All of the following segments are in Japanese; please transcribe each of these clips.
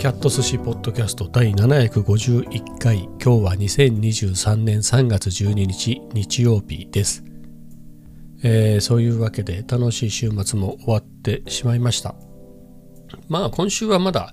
キャット寿司ポッドキャスト第751回。今日は2023年3月12日日曜日です。そういうわけで楽しい週末も終わってしまいました。今週はまだ、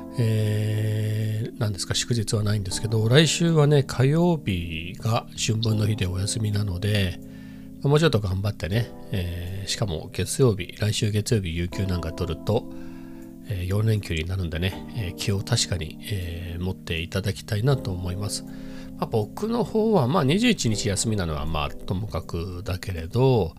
何ですか、祝日はないんですけど、来週はね、火曜日が春分の日でお休みなので、もうちょっと頑張ってね、しかも月曜日、来週月曜日有給なんか取ると、4連休になるんでね、気を確かに、持っていただきたいなと思います。僕の方は21日休みなのはともかくだけれど、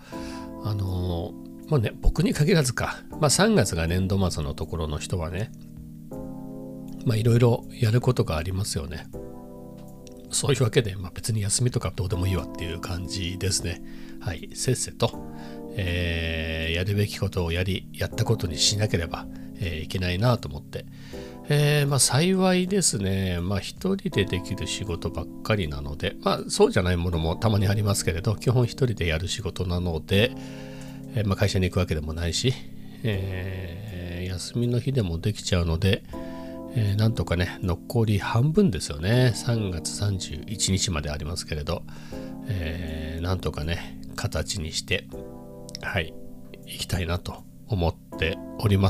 僕に限らずか、3月が年度末のところの人はね、いろいろやることがありますよね。そういうわけで、別に休みとかどうでもいいわっていう感じですね。はい、せっせと、やるべきことをやったことにしなければ、いけないなと思って、幸いですね、一人でできる仕事ばっかりなので、そうじゃないものもたまにありますけれど、基本一人でやる仕事なので、会社に行くわけでもないし、休みの日でもできちゃうので、なんとかね、残り半分ですよね。3月31日までありますけれど、なんとかね、形にして、行きたいなと思っております。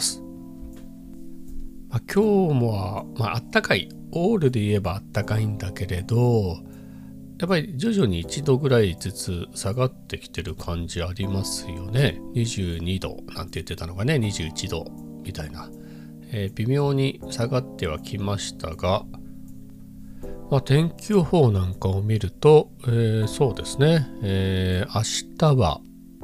今日もあったかい、オールで言えばあったかいんだけれど、やっぱり徐々に1度ぐらいずつ下がってきてる感じありますよね。22度なんて言ってたのがね、21度みたいな、微妙に下がってはきましたが、天気予報なんかを見ると、そうですね、明日は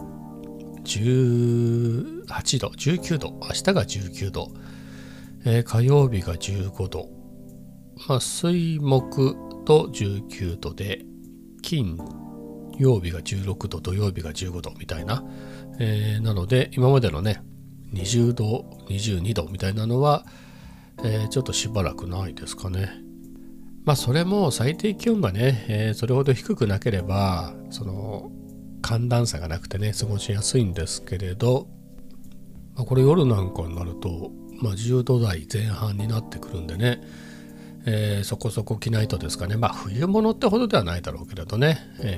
18度、19度、明日が19度、火曜日が15度、水木と19度で、金曜日が16度、土曜日が15度みたいな、なので今までのね20度、22度みたいなのは、ちょっとしばらくないですかね。それも最低気温がね、それほど低くなければ、その寒暖差がなくてね過ごしやすいんですけれど、これ夜なんかになると10度台前半になってくるんでね、そこそこ着ないとですかね。冬物ってほどではないだろうけれどね、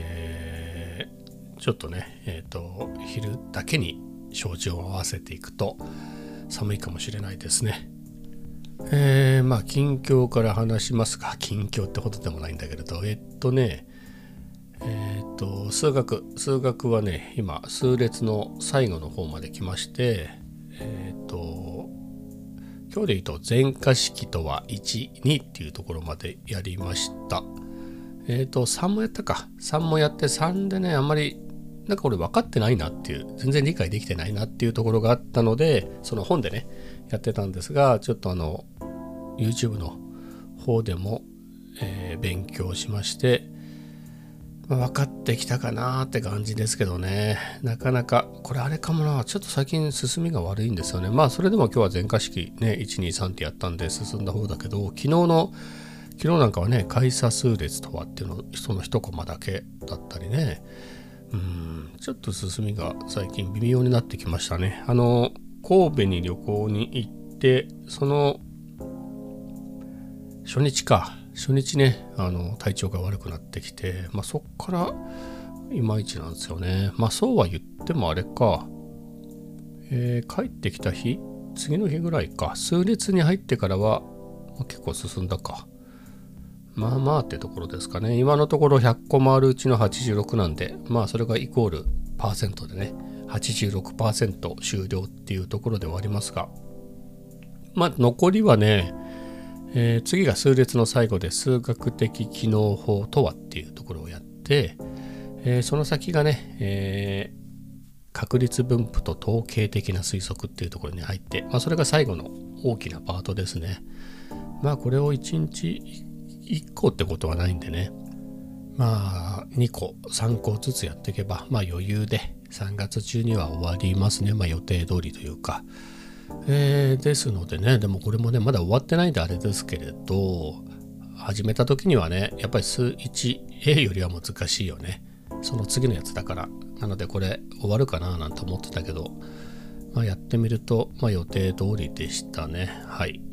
ちょっとね、昼だけに照準を合わせていくと寒いかもしれないですね。近況から話しますが、近況ってほどでもないんだけれど、数学はね、今数列の最後の方まで来まして、今日で言うと全化式とは1、2っていうところまでやりました。3もやったか。3もやって、3でね、あんまりなんか俺分かってないなっていう、全然理解できてないなっていうところがあったので、その本でねやってたんですが、ちょっとYouTube の方でも、勉強しまして、分かってきたかなって感じですけどね。なかなかこれあれかもな、ちょっと最近進みが悪いんですよね。それでも今日は全化式ね 1,2,3 ってやったんで進んだ方だけど、昨日なんかはね、解差数列とはっていうのその一コマだけだったりね、ちょっと進みが最近微妙になってきましたね。神戸に旅行に行って、その初日ね、体調が悪くなってきて、そっからいまいちなんですよね。そうは言ってもあれか、帰ってきた日、次の日ぐらいか、数列に入ってからは、結構進んだか。ってところですかね。今のところ100個回るうちの86なんで、それがイコールパーセントでね、86% 終了っていうところではありますが、残りはね、次が数列の最後で数学的機能法とはっていうところをやって、その先がね、確率分布と統計的な推測っていうところに入って、それが最後の大きなパートですね。これを1日1個ってことはないんでね、2個3個ずつやっていけば余裕で3月中には終わりますね。予定通りというか、ですのでね、でもこれもねまだ終わってないんであれですけれど、始めた時にはねやっぱり数 1A よりは難しいよね。その次のやつだから。なのでこれ終わるかななんて思ってたけど、やってみると予定通りでしたね。はい。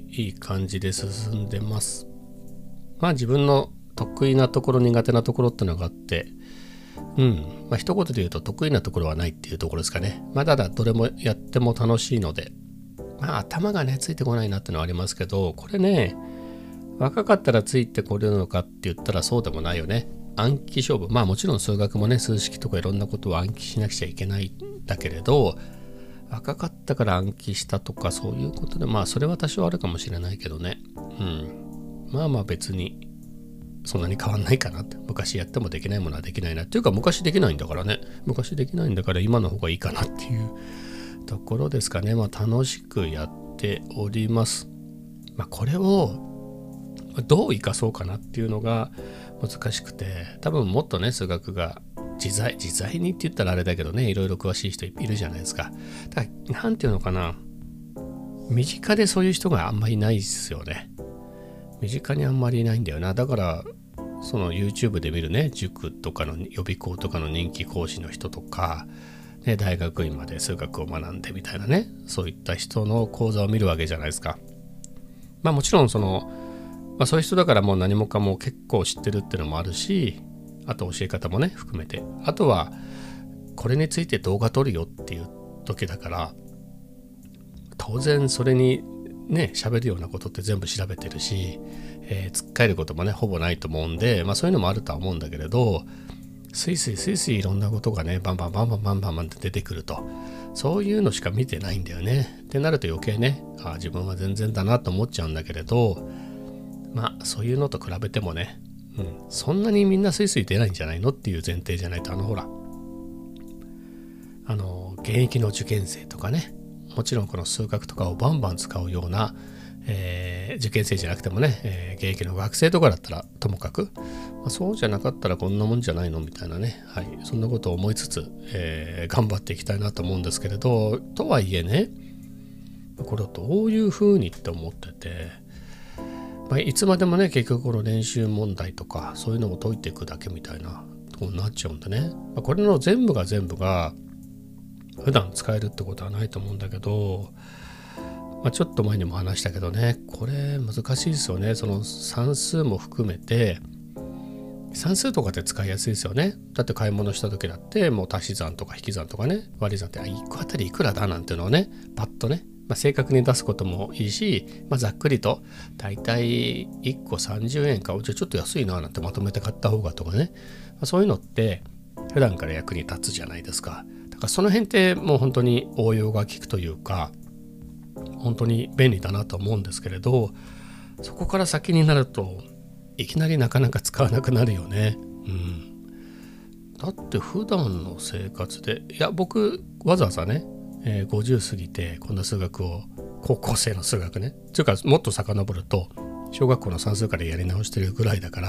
いい感じで進んでます。まあ自分の得意なところ苦手なところってのがあって、一言で言うと得意なところはないっていうところですかね。ただどれもやっても楽しいので、頭がねついてこないなってのはありますけど、これね若かったらついてこれるのかって言ったらそうでもないよね。暗記勝負、もちろん数学もね数式とかいろんなことを暗記しなくちゃいけないんだけれど、若かったから暗記したとかそういうことでそれは多少あるかもしれないけどね。別にそんなに変わんないかなって。昔やってもできないものはできないなっていうか、昔できないんだからね、昔できないんだから今の方がいいかなっていうところですかね。楽しくやっております。これをどう生かそうかなっていうのが難しくて、多分もっとね数学が自在にって言ったらあれだけどね、いろいろ詳しい人いるじゃないですか。だからなんていうのかな、身近でそういう人があんまりいないですよね。身近にあんまりいないんだよな。だからその YouTube で見るね、塾とかの予備校とかの人気講師の人とか、ね、大学院まで数学を学んでみたいなね、そういった人の講座を見るわけじゃないですか。もちろんそういう人だからもう何もかも結構知ってるっていうのもあるし、あと教え方もね含めて、あとはこれについて動画撮るよっていう時だから、当然それにね喋るようなことって全部調べてるし、つっかえることもねほぼないと思うんで、そういうのもあるとは思うんだけれど、スイスイいろんなことがねバンバンって出てくると、そういうのしか見てないんだよねってなると余計ね、自分は全然だなと思っちゃうんだけれど、そういうのと比べてもね、そんなにみんなスイスイ出ないんじゃないのっていう前提じゃないと、現役の受験生とかね、もちろんこの数学とかをバンバン使うような、受験生じゃなくてもね、現役の学生とかだったらともかく、そうじゃなかったらこんなもんじゃないのみたいなね、そんなことを思いつつ、頑張っていきたいなと思うんですけれど、とはいえね、これをどういうふうにって思ってて、いつまでもね結局この練習問題とかそういうのを解いていくだけみたいなとこになっちゃうんでね、これの全部が普段使えるってことはないと思うんだけど、ちょっと前にも話したけどね、これ難しいですよね。その算数も含めて、算数とかって使いやすいですよね。だって買い物した時だってもう足し算とか引き算とかね、割り算って1個あたりいくらだなんていうのをねパッとね、正確に出すこともいいし、ざっくりとだいたい1個30円か、じゃあちょっと安いななんてまとめて買った方がとかね、そういうのって普段から役に立つじゃないですか。だからその辺ってもう本当に応用が効くというか、本当に便利だなと思うんですけれど、そこから先になるといきなりなかなか使わなくなるよね。だって普段の生活で、僕わざわざね、50過ぎてこんな数学を、高校生の数学ね、というかもっと遡ると小学校の算数からやり直してるぐらいだから、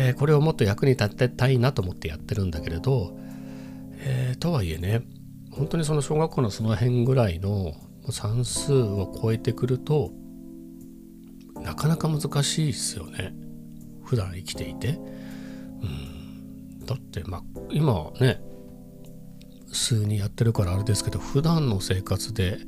これをもっと役に立てたいなと思ってやってるんだけれど、とはいえね、本当にその小学校のその辺ぐらいの算数を超えてくるとなかなか難しいですよね、普段生きていて。だって今ね数にやってるからあれですけど、普段の生活で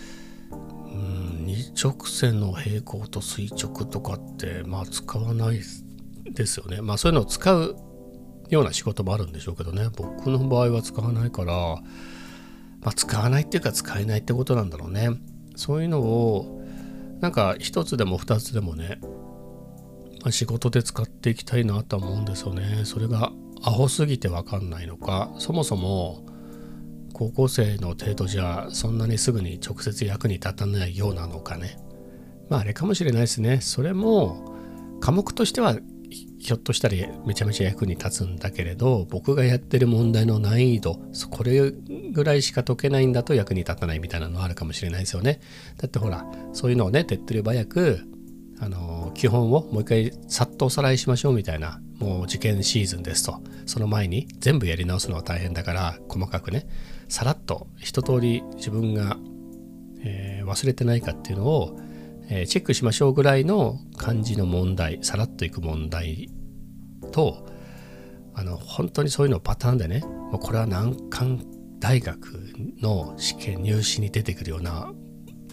二直線の平行と垂直とかって使わないですよね。そういうのを使うような仕事もあるんでしょうけどね、僕の場合は使わないから、使わないっていうか使えないってことなんだろうね。そういうのを一つでも二つでもね、仕事で使っていきたいなとは思うんですよね。それがアホすぎて分かんないのか、そもそも高校生の程度じゃそんなにすぐに直接役に立たないようなのかね。あれかもしれないですね。それも科目としてはひょっとしたらめちゃめちゃ役に立つんだけれど、僕がやってる問題の難易度、これぐらいしか解けないんだと役に立たないみたいなのあるかもしれないですよね。だってほら、そういうのをね手っ取り早く基本をもう一回さっとおさらいしましょうみたいな、もう受験シーズンですと、その前に全部やり直すのは大変だから細かくねさらっと一通り自分が、忘れてないかっていうのを、チェックしましょうぐらいの感じの問題、さらっといく問題と、本当にそういうのパターンでね、もうこれは難関大学の試験入試に出てくるような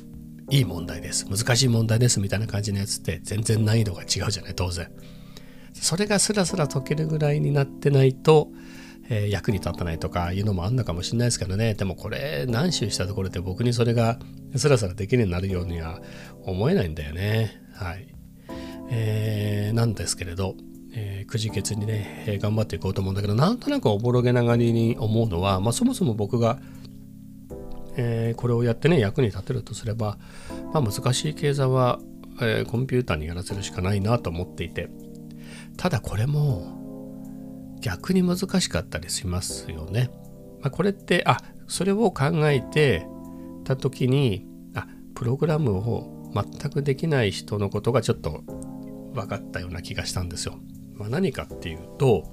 いい問題です、難しい問題ですみたいな感じのやつって全然難易度が違うじゃない、当然。それがスラスラ解けるぐらいになってないと、役に立たないとかいうのもあんのかもしれないですけどね。でもこれ何周したところで僕にそれがスラスラできるようになるようには思えないんだよね。はい。なんですけれど、くじけつにね、頑張っていこうと思うんだけど、なんとなくおぼろげながりに思うのは、そもそも僕が、これをやってね役に立てるとすれば、難しい計算は、コンピューターにやらせるしかないなと思っていて、ただこれも逆に難しかったりしますよね。これってそれを考えてた時にプログラムを全くできない人のことがちょっと分かったような気がしたんですよ。何かっていうと、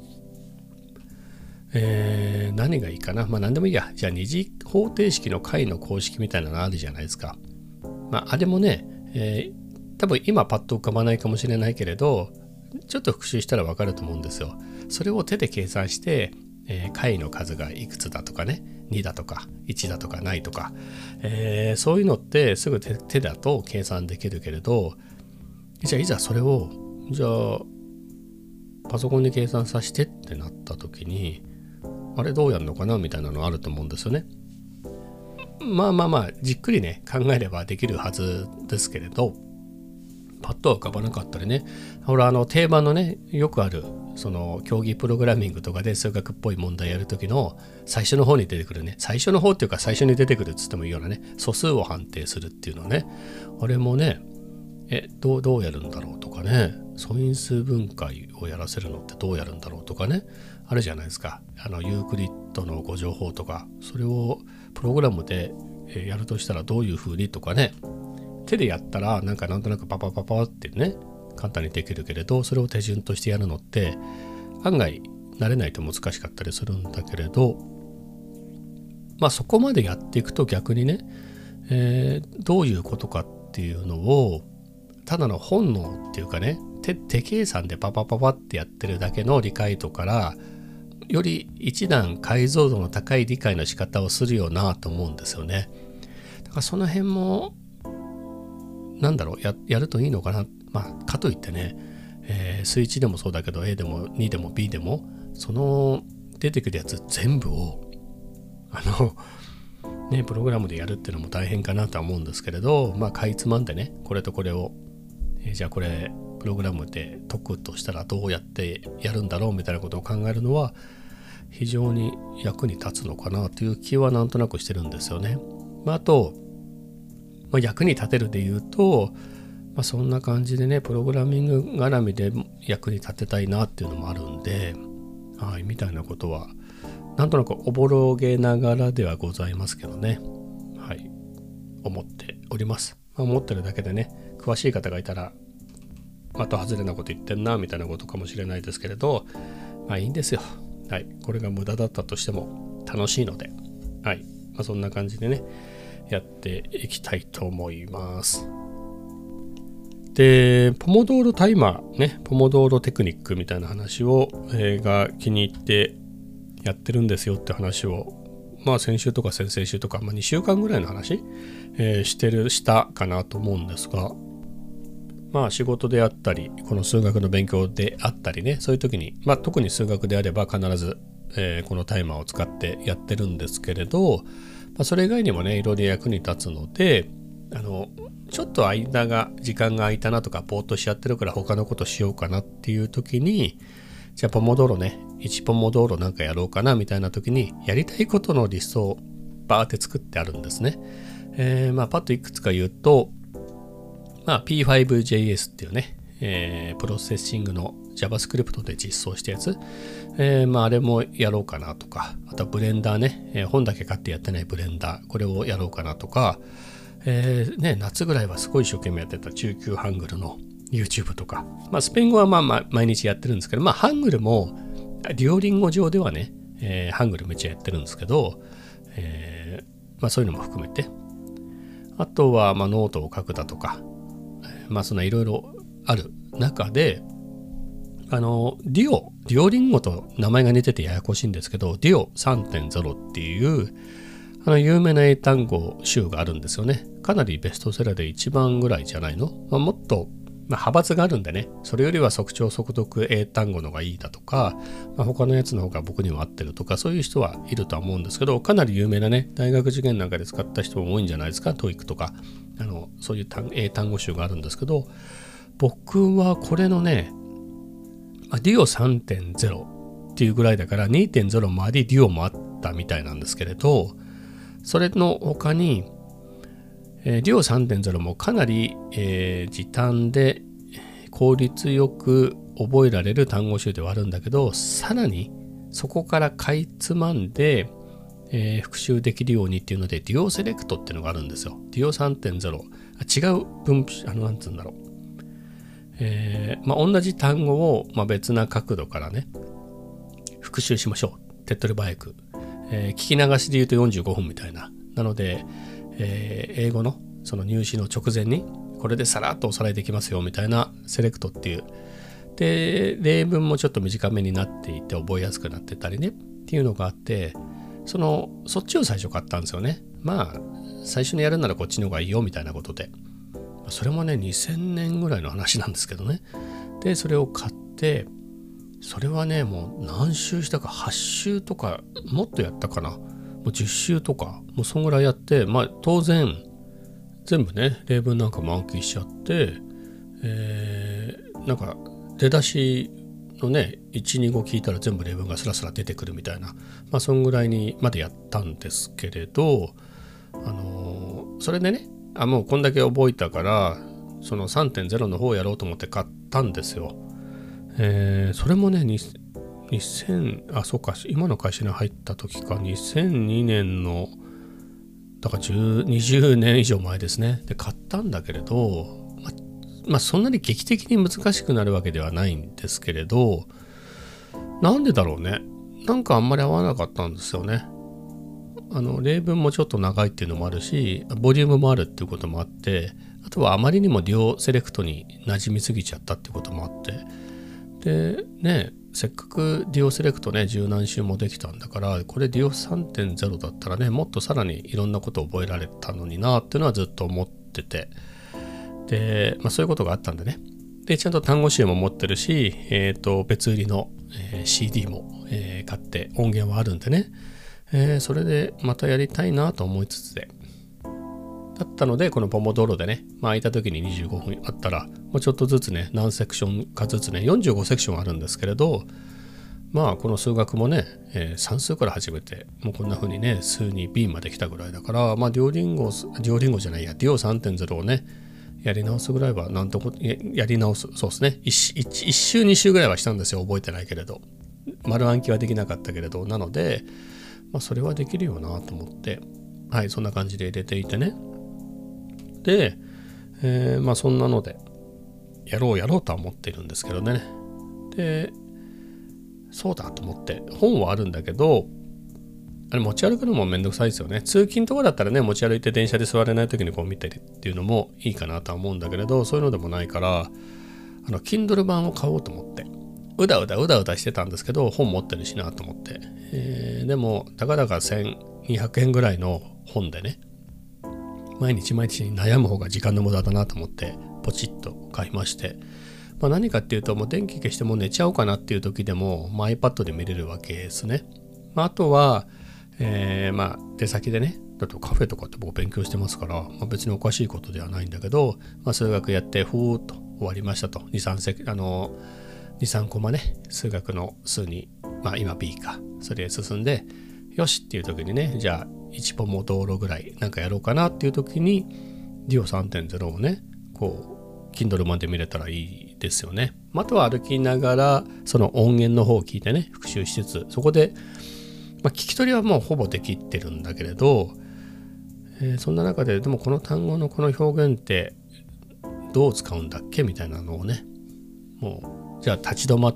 何がいいかな。何でもいいや。じゃあ二次方程式の解の公式みたいなのあるじゃないですか。あれもね、多分今パッと浮かばないかもしれないけれど、ちょっと復習したら分かると思うんですよ。それを手で計算して、解の数がいくつだとかね、2だとか1だとかないとか、そういうのってすぐ手だと計算できるけれど、じゃあいざそれをパソコンに計算させてってなった時に、あれどうやるのかなみたいなのあると思うんですよね。じっくりね考えればできるはずですけれど、パッとは浮かばなかったりね。定番のねよくあるその競技プログラミングとかで数学っぽい問題やる時の最初の方に出てくるね、最初の方っていうか最初に出てくるっつってもいいようなね、素数を判定するっていうのね、あれもねどうやるんだろうとかね、素因数分解をやらせるのってどうやるんだろうとかね、あるじゃないですか。ユークリッドの5乗法とか、それをプログラムでやるとしたらどういう風にとかね、手でやったらなんとなくパパパパってね簡単にできるけれど、それを手順としてやるのって案外慣れないと難しかったりするんだけれど、そこまでやっていくと逆にね、どういうことかっていうのをただの本能っていうかね、手計算でパパパパってやってるだけの理解度からより一段解像度の高い理解の仕方をするよなと思うんですよね。だからその辺もやるといいのかな。かといってね、数1でもそうだけど A でも2でも B でもその出てくるやつ全部をプログラムでやるっていうのも大変かなとは思うんですけれど、かいつまんでねこれとこれを、じゃあこれプログラムで解くとしたらどうやってやるんだろうみたいなことを考えるのは非常に役に立つのかなという気はなんとなくしてるんですよね。あと、役に立てるで言うと、そんな感じでねプログラミング絡みで役に立てたいなっていうのもあるんで、みたいなことはなんとなくおぼろげながらではございますけどね、思っております。思ってるだけでね、詳しい方がいたら的外れなこと言ってんなみたいなことかもしれないですけれど、いいんですよ。これが無駄だったとしても楽しいので、そんな感じでねやっていきたいと思います。で、ポモドーロタイマーね、ポモドーロテクニックみたいな話を、が気に入ってやってるんですよって話を、先週とか先々週とか、2週間ぐらいの話、したかなと思うんですが、仕事であったりこの数学の勉強であったりね、そういう時に、特に数学であれば必ず、このタイマーを使ってやってるんですけれど、それ以外にもねいろいろ役に立つので、ちょっと時間が空いたなとかぼーっとしちゃってるから他のことしようかなっていう時に、じゃあポモドーロね1ポモドーロなんかやろうかなみたいな時にやりたいことのリストをバーって作ってあるんですね。パッといくつか言うと、P5JS っていうね、プロセッシングの JavaScript で実装したやつ、あれもやろうかなとか、あとはブレンダーね、本だけ買ってやってないブレンダー、これをやろうかなとか、夏ぐらいはすごい一生懸命やってた中級ハングルの YouTube とか、スペイン語は毎日やってるんですけど、ハングルもデュオリンゴ上ではね、ハングルめっちゃやってるんですけど、そういうのも含めて、あとはノートを書くだとか、そんないろいろある中で、デュオリンゴと名前が似ててややこしいんですけど、デュオ 3.0 っていう有名な英単語集があるんですよね。 かなりベストセラーで一番ぐらいじゃないの？もっと派閥があるんでね、それよりは即聴即読英単語のがいいだとか、他のやつの方が僕には合ってるとか、そういう人はいるとは思うんですけど、かなり有名なね、大学受験なんかで使った人も多いんじゃないですか、TOEICとか、そういう英単語集があるんですけど、僕はこれのね、デュオ 3.0 っていうぐらいだから 2.0 もあり、デュオもあったみたいなんですけれど、それの他に、デュオ 3.0 もかなり、時短で効率よく覚えられる単語集ではあるんだけど、さらにそこからかいつまんで、復習できるようにっていうので、デュオセレクトっていうのがあるんですよ。デュオ 3.0。違う分なんつうんだろう。同じ単語を、別な角度からね、復習しましょう。手っ取り早く。聞き流しで言うと45分みたいな。なので、英語のその入試の直前にこれでさらっとおさらいできますよみたいなセレクトっていうで、例文もちょっと短めになっていて覚えやすくなってたりねっていうのがあって、そっちを最初買ったんですよね。最初にやるならこっちの方がいいよみたいなことで、それもね2000年ぐらいの話なんですけどね。でそれを買って、それはねもう何周したか8周とかもっとやったかな、もう10周とかもうそんぐらいやって、当然全部ね例文なんかも暗記しちゃって、なんか出だしのね 1,2 語聞いたら全部例文がスラスラ出てくるみたいな、そんぐらいにまでやったんですけれど、それでねもうこんだけ覚えたからその 3.0 の方をやろうと思って買ったんですよ。それもねそうか、今の会社に入った時か2002年のだから20年以上前ですね。で買ったんだけれど、そんなに劇的に難しくなるわけではないんですけれど、なんでだろうね、なんかあんまり合わなかったんですよね。例文もちょっと長いっていうのもあるし、ボリュームもあるっていうこともあって、あとはあまりにもデュオセレクトに馴染みすぎちゃったっていうこともあって、でね、せっかくデュオセレクトね十何週もできたんだから、これデュオ 3.0 だったらねもっとさらにいろんなことを覚えられたのになっていうのはずっと思ってて、で、そういうことがあったんでね、でちゃんと単語集も持ってるし、別売りの、CD も、買って音源はあるんでね、それでまたやりたいなと思いつつでだったので、このポモドーロでね、空いた時に25分あったらもうちょっとずつね何セクションかずつね45セクションあるんですけれど、この数学もね、算数から始めてもうこんな風にね数に B まで来たぐらいだから、デュオリンゴじゃないや、デュオ 3.0 をねやり直すぐらいはなんとやり直す、そうですね、1週2週ぐらいはしたんですよ。覚えてないけれど、丸暗記はできなかったけれど、なのでそれはできるよなと思って、そんな感じで入れていてね。で、そんなのでやろうとは思っているんですけどね。でそうだと思って本はあるんだけど、あれ持ち歩くのもめんどくさいですよね。通勤とかだったらね持ち歩いて電車で座れない時にこう見てるっていうのもいいかなとは思うんだけれど、そういうのでもないからKindle 版を買おうと思ってうだうだしてたんですけど、本持ってるしなと思って、でもたかだか1200円ぐらいの本でね、毎日悩む方が時間の無駄だなと思ってポチッと買いまして、何かっていうともう電気消してもう寝ちゃおうかなっていう時でも、iPad で見れるわけですね。あとは、出先でね、だとカフェとかって僕勉強してますから、別におかしいことではないんだけど、数学やってふーっと終わりましたと、2,3 コマね数学の数に、今 B か、それへ進んでよしっていう時にね、じゃあ1ポモ道路ぐらいなんかやろうかなっていう時にデュオ 3.0 をねこう Kindle 版で見れたらいいですよね。あとは歩きながらその音源の方を聞いてね復習しつつ、そこで、聞き取りはもうほぼできてるんだけれど、そんな中ででもこの単語のこの表現ってどう使うんだっけみたいなのをね、もうじゃあ立ち止まって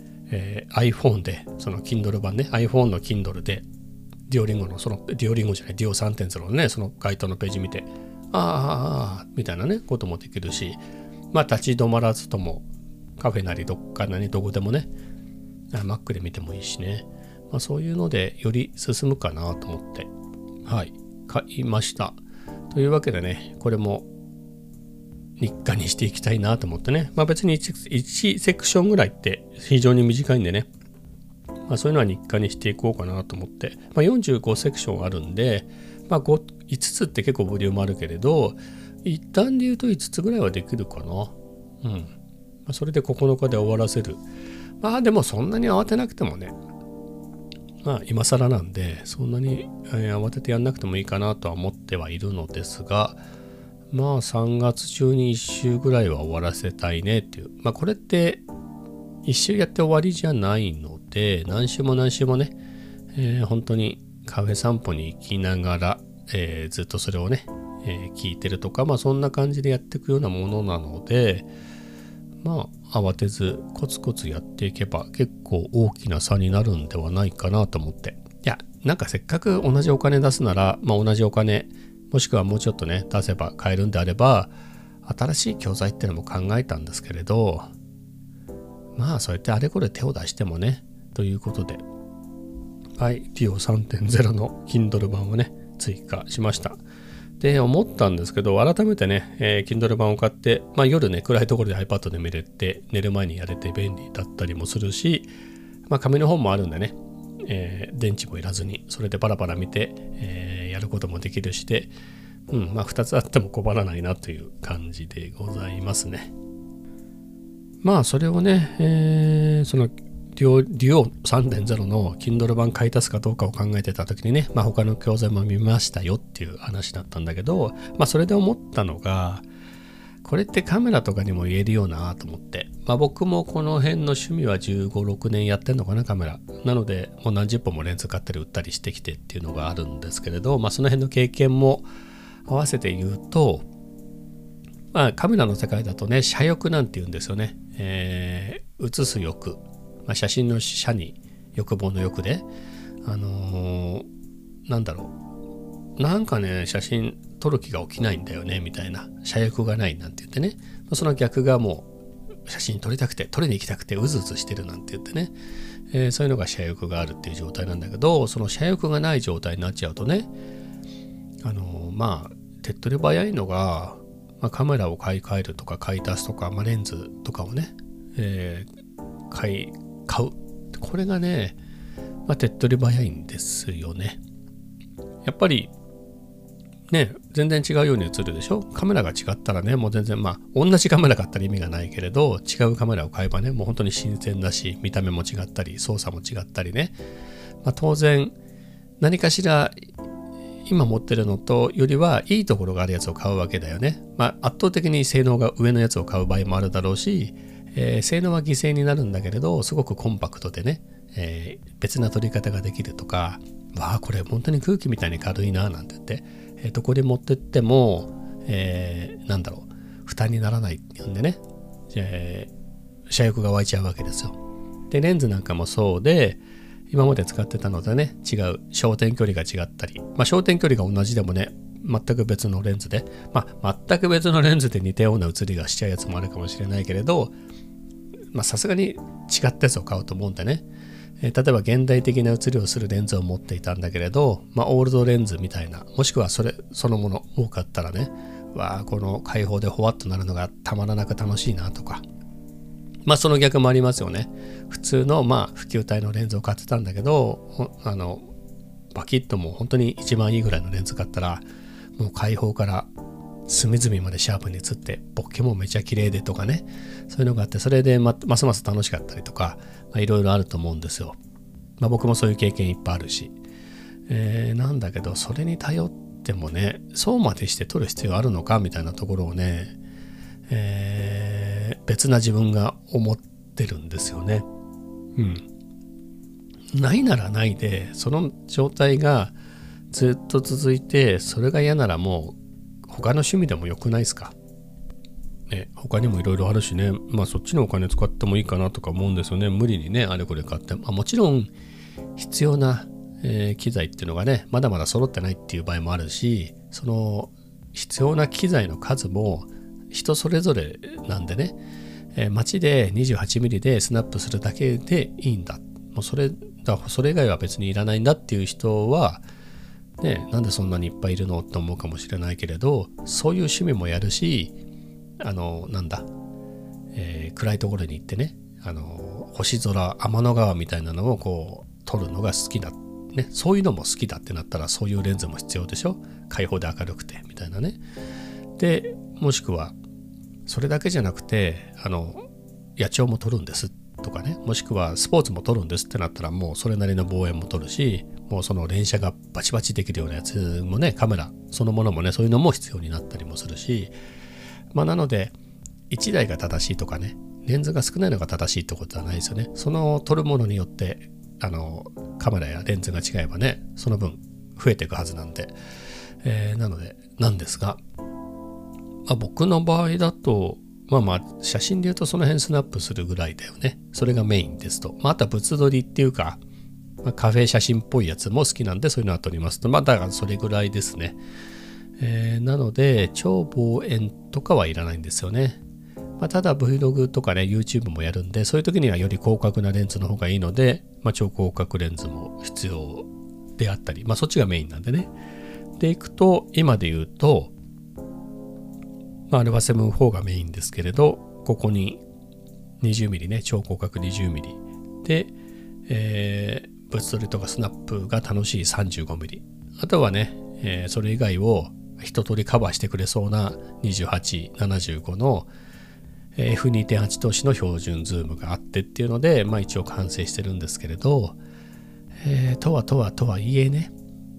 、iPhone でその Kindle 版ね、 iPhone の Kindle でデュオリンゴのそのデュオリンゴじゃないデュオ 3.0 のねその該当のページ見てみたいなねこともできるし、立ち止まらずともカフェなりどっかなりどこでもね Mac で見てもいいしね、そういうのでより進むかなと思って買いました。 というわけでね、これも日課にしていきたいなと思ってね。別に1セクションぐらいって非常に短いんでね。そういうのは日課にしていこうかなと思って。45セクションあるんで、5つって結構ボリュームあるけれど、一旦で言うと5つぐらいはできるかな。それで9日で終わらせる。でもそんなに慌てなくてもね。今更なんで、そんなに慌ててやんなくてもいいかなとは思ってはいるのですが、3月中に1週ぐらいは終わらせたいねっていう。これって1週やって終わりじゃないので、何週も何週もね、本当にカフェ散歩に行きながら、ずっとそれをね、聞いてるとか、そんな感じでやっていくようなものなので、慌てずコツコツやっていけば結構大きな差になるんではないかなと思って。せっかく同じお金出すなら、同じお金もしくはもうちょっとね出せば買えるんであれば、新しい教材っていうのも考えたんですけれど、そうやってあれこれ手を出してもねということで、DIO 3.0 の Kindle 版をね追加しました。で思ったんですけど、改めてね、Kindle 版を買って、夜ね暗いところで iPad で見れて、寝る前にやれて便利だったりもするし、紙の本もあるんでね、電池もいらずにそれでパラパラ見て、やることもできるしで、2つあっても困らないなという感じでございますね。それをね、そのDIO 3.0 の Kindle 版買い足すかどうかを考えてた時にね、他の教材も見ましたよっていう話だったんだけど、それで思ったのが、これってカメラとかにも言えるよなと思って、僕もこの辺の趣味は15、6年やってんのかな、カメラなので、もう何十本もレンズ買ったり売ったりしてきてっていうのがあるんですけれど、その辺の経験も合わせて言うと、カメラの世界だとね、写欲なんて言うんですよね。写す欲、写真の写に欲望の欲で、写真撮る気が起きないんだよねみたいな、写欲がないなんて言ってね、その逆がもう写真撮りたくて撮りに行きたくてうずうずしてるなんて言ってね、そういうのが写欲があるっていう状態なんだけど、その写欲がない状態になっちゃうとね、手っ取り早いのが、カメラを買い替えるとか買い足すとか、レンズとかをね、買う、これがね、手っ取り早いんですよね。やっぱりね、全然違うように映るでしょ。カメラが違ったらね、もう全然同じカメラ買ったら意味がないけれど、違うカメラを買えばね、もう本当に新鮮だし、見た目も違ったり操作も違ったりね、当然何かしら今持ってるのとよりはいいところがあるやつを買うわけだよね。圧倒的に性能が上のやつを買う場合もあるだろうし、性能は犠牲になるんだけれど、すごくコンパクトでね、別な撮り方ができるとか、これ本当に空気みたいに軽いななんて言って、どこに持ってっても、負担にならないっていうんでね、写欲が湧いちゃうわけですよ。でレンズなんかもそうで、今まで使ってたのとね違う、焦点距離が違ったり、焦点距離が同じでもね全く別のレンズで、全く別のレンズで似たような写りがしちゃうやつもあるかもしれないけれど、さすがに違ったやつを買うと思うんでね、例えば現代的な写りをするレンズを持っていたんだけれど、オールドレンズみたいな、もしくはそのもの多かったらね、この開放でほわっとなるのがたまらなく楽しいなとか、その逆もありますよね。普通の普及体のレンズを買ってたんだけど、バキッともう本当に一番いいぐらいのレンズ買ったら、もう開放から隅々までシャープに写ってボケもめちゃ綺麗でとかね、そういうのがあって、それでますます楽しかったりとか、いろいろあると思うんですよ。僕もそういう経験いっぱいあるし、なんだけどそれに頼ってもね、そうまでして撮る必要あるのかみたいなところをね、別な自分が思ってるんですよね。ないならないで、その状態がずっと続いて、それが嫌ならもう他の趣味でもよくないですか。他にもいろいろあるしね、そっちのお金使ってもいいかなとか思うんですよね。無理にねあれこれ買って、もちろん必要な、機材っていうのがねまだまだ揃ってないっていう場合もあるし、その必要な機材の数も人それぞれなんでね、街で 28mm でスナップするだけでいいんだ、もうそれ以外は別にいらないんだっていう人はね、なんでそんなにいっぱいいるのって思うかもしれないけれど、そういう趣味もやるし、暗いところに行ってね、星空、天の川みたいなのをこう撮るのが好きだ、ね、そういうのも好きだってなったら、そういうレンズも必要でしょ。開放で明るくてみたいなね。でもしくはそれだけじゃなくて野鳥も撮るんですとかね、もしくはスポーツも撮るんですってなったら、もうそれなりの望遠も撮るし、もうその連写がバチバチできるようなやつもね、カメラそのものもね、そういうのも必要になったりもするし、なので1台が正しいとかね、レンズが少ないのが正しいってことはないですよね。その撮るものによってカメラやレンズが違えばね、その分増えていくはずなんで、なんですが、僕の場合だと写真で言うとその辺スナップするぐらいだよね。それがメインですと。あとは物撮りっていうか、カフェ写真っぽいやつも好きなんで、そういうのは撮りますと。だからそれぐらいですね。なので超望遠とかはいらないんですよね。ただ Vlog とかね YouTube もやるんで、そういう時にはより広角なレンズの方がいいので、超広角レンズも必要であったり、そっちがメインなんでね。でいくと、今で言うとα7-4がメインですけれど、ここに 20mm ね、超広角 20mm で、物撮りとかスナップが楽しい 35mm、 あとはね、それ以外を一通りカバーしてくれそうな 28、75 の F2.8 投資の標準ズームがあってっていうので、一応完成してるんですけれど、とはいえね、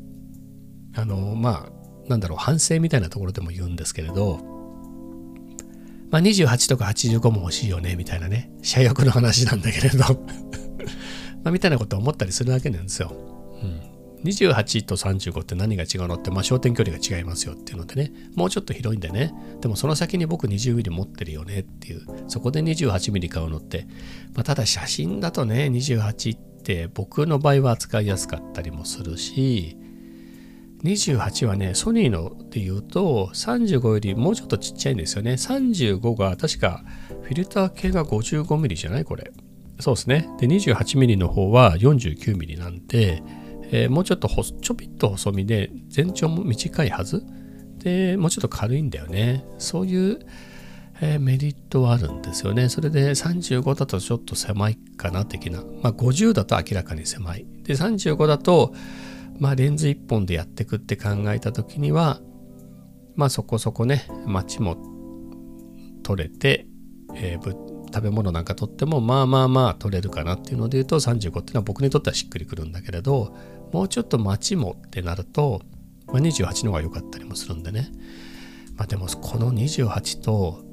反省みたいなところでも言うんですけれど、28とか85も欲しいよねみたいなね、車欲の話なんだけれどみたいなことを思ったりするわけなんですよ。28と35って何が違うのって、焦点距離が違いますよっていうのでね、もうちょっと広いんでね、でもその先に僕 20mm 持ってるよねっていう、そこで 28mm 買うのって、ただ写真だとね、28って僕の場合は扱いやすかったりもするし、28はね、ソニーので言うと35よりもうちょっとちっちゃいんですよね。35が確かフィルター系が 55mm じゃない？これ。そうですね。で 28mm の方は 49mm なんで、もうちょっとちょびっと細身で全長も短いはずで、もうちょっと軽いんだよね。そういう、メリットはあるんですよね。それで35だとちょっと狭いかな的な。50だと明らかに狭い。で35だとレンズ1本でやっていくって考えた時には、そこそこね、街も取れて、食べ物なんか取っても取れるかなっていうので言うと、35っていうのは僕にとってはしっくりくるんだけれど、もうちょっと街もってなると、28の方が良かったりもするんでね。でもこの28と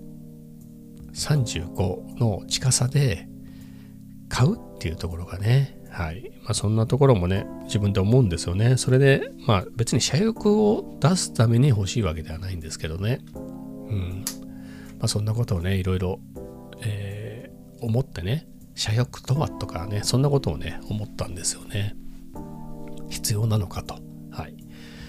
35の近さで買うっていうところがね、はい、そんなところもね、自分で思うんですよね。それで別に車欲を出すために欲しいわけではないんですけどね。そんなことをね、いろいろ、思ってね、車欲とはとかね、そんなことをね思ったんですよね。必要なのかと。はい。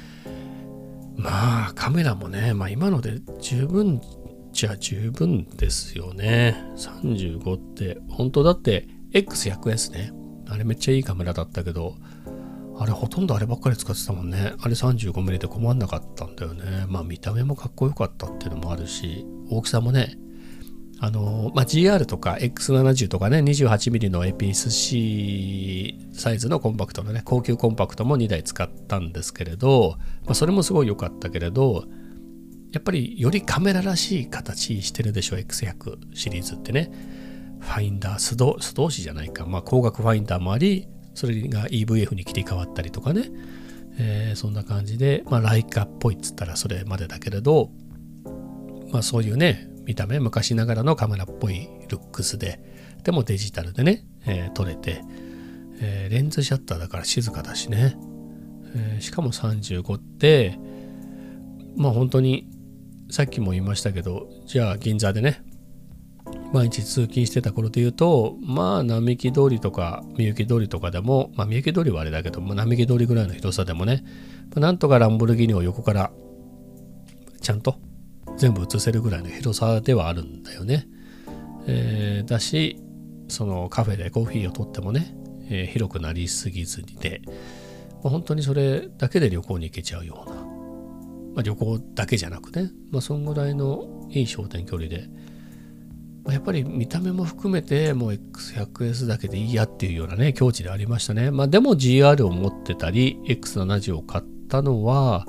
カメラもね、今ので十分じゃ十分ですよね。35って本当だって X100S ね、あれめっちゃいいカメラだったけど、あれほとんどあればっかり使ってたもんね。あれ 35mm で困んなかったんだよね。見た目もかっこよかったっていうのもあるし、大きさもね、GR とか X70 とかね、 28mm の APS-C サイズのコンパクトのね、高級コンパクトも2台使ったんですけれど、それもすごい良かったけれど、やっぱりよりカメラらしい形してるでしょ、 X100 シリーズってね。ファインダー、素通しじゃないか、光学ファインダーもあり、それが EVF に切り替わったりとかね、そんな感じで、ライカっぽいっつったらそれまでだけれど、そういうね、見た目昔ながらのカメラっぽいルックスで、でもデジタルでね、撮れて、レンズシャッターだから静かだしね、しかも35って、本当にさっきも言いましたけど、じゃあ銀座でね毎日通勤してた頃で言うと、並木通りとかみゆき通りとかでも、みゆき通りはあれだけど、並木通りぐらいの広さでもね、なんとかランボルギーニを横からちゃんと全部映せるぐらいの広さではあるんだよね。だし、そのカフェでコーヒーを取ってもね、広くなりすぎずにで、 本当にそれだけで旅行に行けちゃうような、旅行だけじゃなくね、そんぐらいのいい焦点距離で、やっぱり見た目も含めてもう X100S だけでいいやっていうようなね境地でありましたね。でも GR を持ってたり X70 を買ったのは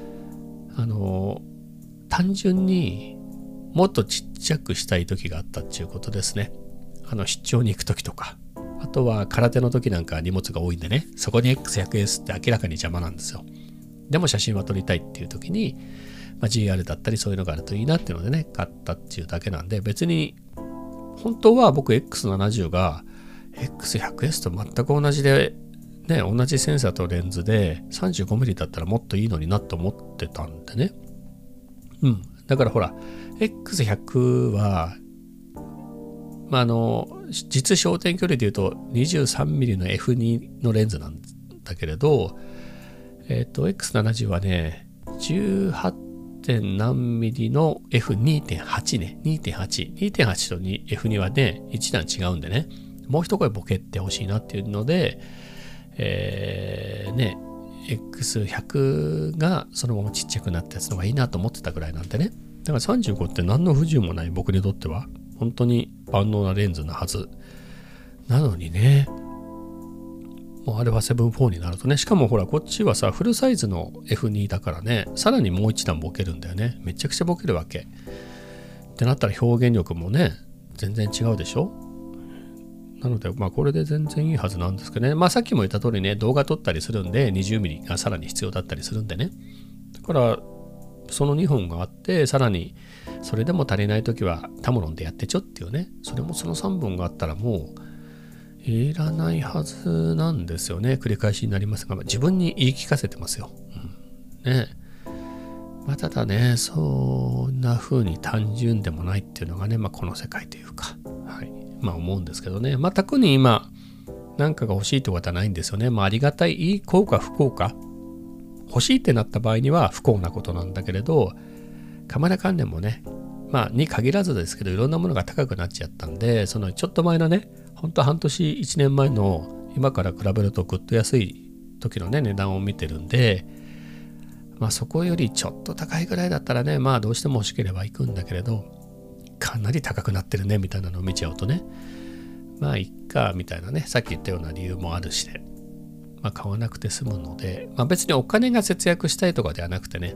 単純にもっとちっちゃくしたい時があったっていうことですね。出張に行く時とか、あとは空手の時なんか荷物が多いんでね、そこに X100S って明らかに邪魔なんですよ。でも写真は撮りたいっていう時に、GR だったりそういうのがあるといいなっていうのでね買ったっていうだけなんで、別に本当は僕 X70 が X100S と全く同じでね、同じセンサーとレンズで 35mm だったらもっといいのになと思ってたんでね。だからほら X100 は実焦点距離でいうと 23mm の F2 のレンズなんだけれど、X70 はね 18. 何ミリの F2.8 ね、2.8 と F2 はね一段違うんでね、もう一声ボケってほしいなっていうので、X100 がそのままちっちゃくなったやつの方がいいなと思ってたぐらいなんでね。だから35って何の不自由もない僕にとっては本当に万能なレンズなはずなのにね、もうあれは 7.4 になるとね、しかもほらこっちはさフルサイズの F2 だからね、さらにもう一段ボケるんだよね。めちゃくちゃボケるわけってなったら表現力もね全然違うでしょ。なのでこれで全然いいはずなんですけどね。さっきも言った通りね、動画撮ったりするんで 20mm がさらに必要だったりするんでね。だからその2本があって、さらにそれでも足りない時はタムロンでやってちょっていうね、それもその3本があったらもういらないはずなんですよね。繰り返しになりますが、自分に言い聞かせてますよ。ただね、そんな風に単純でもないっていうのがね、この世界というか、思うんですけどね。特に今何かが欲しいってことはないんですよね。ありがたい、いい幸か不幸か、欲しいってなった場合には不幸なことなんだけれど、カメラ関連もねに限らずですけど、いろんなものが高くなっちゃったんで、そのちょっと前のね、ほんと半年1年前の今から比べるとぐっと安い時のね値段を見てるんで、そこよりちょっと高いぐらいだったらね、どうしても欲しければ行くんだけれど、かなり高くなってるねみたいなのを見ちゃうとね、いっかみたいなね、さっき言ったような理由もあるしで、買わなくて済むので、別にお金が節約したいとかではなくてね、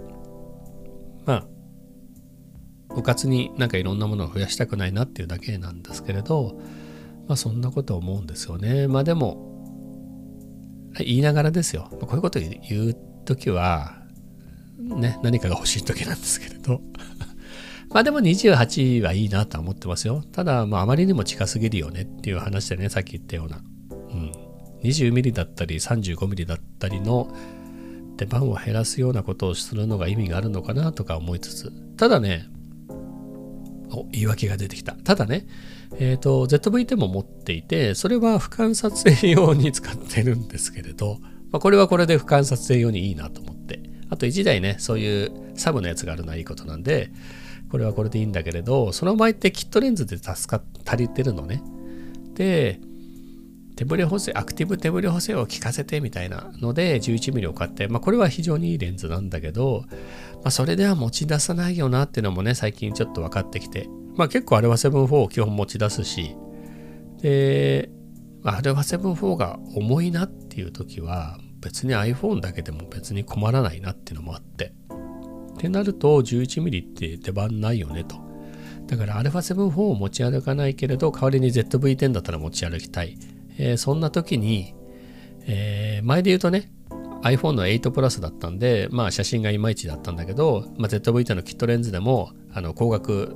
うかつになんかいろんなものを増やしたくないなっていうだけなんですけれど、そんなこと思うんですよね。でも言いながらですよ、こういうこと言うときはね、何かが欲しいときなんですけれどでも28はいいなとは思ってますよ。ただあまりにも近すぎるよねっていう話でね、さっき言ったような、20mm だったり 35mm だったりの出番を減らすようなことをするのが意味があるのかなとか思いつつ、ただね、言い訳が出てきた。ただね、ZV-10 も持っていて、それは俯瞰撮影用に使ってるんですけれど、これはこれで俯瞰撮影用にいいなと思って、あと1台ね、そういうサブのやつがあるのはいいことなんで、これはこれでいいんだけれど、その場合ってキットレンズで足りてるのね。で、手ブレ補正、アクティブ手ブレ補正を効かせてみたいなので 11mm を買って、これは非常にいいレンズなんだけど、それでは持ち出さないよなっていうのもね、最近ちょっと分かってきて、結構あれは 7.4 を基本持ち出すし、で、あれは 7.4 が重いなっていう時は別に iPhone だけでも別に困らないなっていうのもあって、ってなると 11mm って出番ないよねと。だから α7-4 を持ち歩かないけれど、代わりに ZV-10 だったら持ち歩きたい。そんな時に、前で言うとね、iPhone の8プラスだったんで、写真がいまいちだったんだけど、ZV-10 のキットレンズでも光学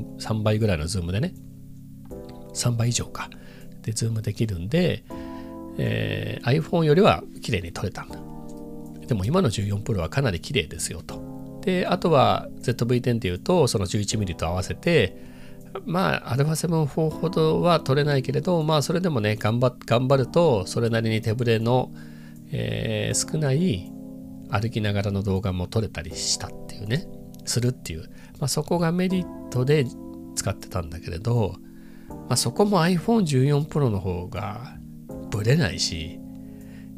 3倍ぐらいのズームでね、3倍以上かでズームできるんで、iPhone よりは綺麗に撮れたんだ。でも今の14プロはかなり綺麗ですよと。で、あとは ZV-10 っていうと、その 11mm と合わせて、α7-4 ほどは撮れないけれど、それでもね、頑張ると、それなりに手ぶれの、少ない歩きながらの動画も撮れたりしたっていうね、するっていう、そこがメリットで使ってたんだけれど、そこも iPhone14 Pro の方がブレないし、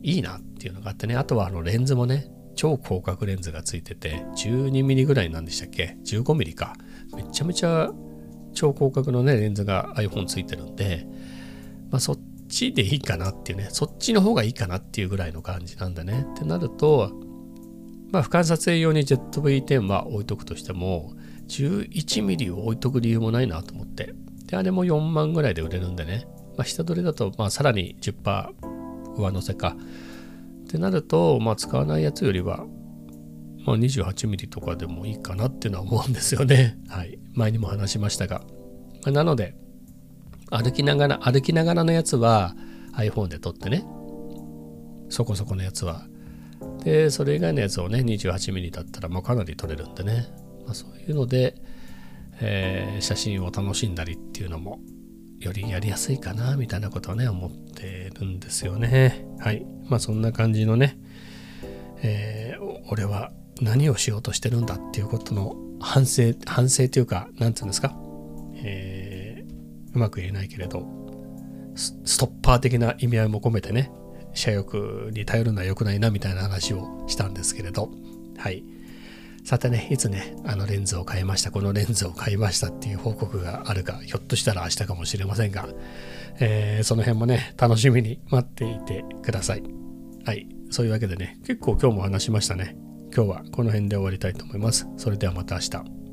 いいなっていうのがあってね。あとはレンズもね、超広角レンズがついてて、12ミリぐらいなんでしたっけ ?15 ミリか。めちゃめちゃ超広角のね、レンズが iPhone ついてるんで、そっちでいいかなっていうね、そっちの方がいいかなっていうぐらいの感じなんだね。ってなると、俯瞰撮影用に ZV-10 は置いとくとしても、11ミリを置いとく理由もないなと思って。で、あれも4万ぐらいで売れるんでね。下取りだと、さらに 10% 上乗せか。ってなると、使わないやつよりは、28ミリとかでもいいかなっていうのは思うんですよね。はい。前にも話しましたが。なので、歩きながらのやつは iPhone で撮ってね。そこそこのやつは。で、それ以外のやつをね、28ミリだったらかなり撮れるんでね。そういうので、写真を楽しんだりっていうのもよりやりやすいかなみたいなことはね思ってるんですよね。はい。そんな感じのね、俺は何をしようとしてるんだっていうことの反省というか、なんていうんですか、うまく言えないけれど、ストッパー的な意味合いも込めてね、写欲に頼るのは良くないなみたいな話をしたんですけれど、はい。さてね、いつね、このレンズを買いましたっていう報告があるか、ひょっとしたら明日かもしれませんが、その辺もね、楽しみに待っていてください。はい。そういうわけでね、結構今日も話しましたね。今日はこの辺で終わりたいと思います。それではまた明日。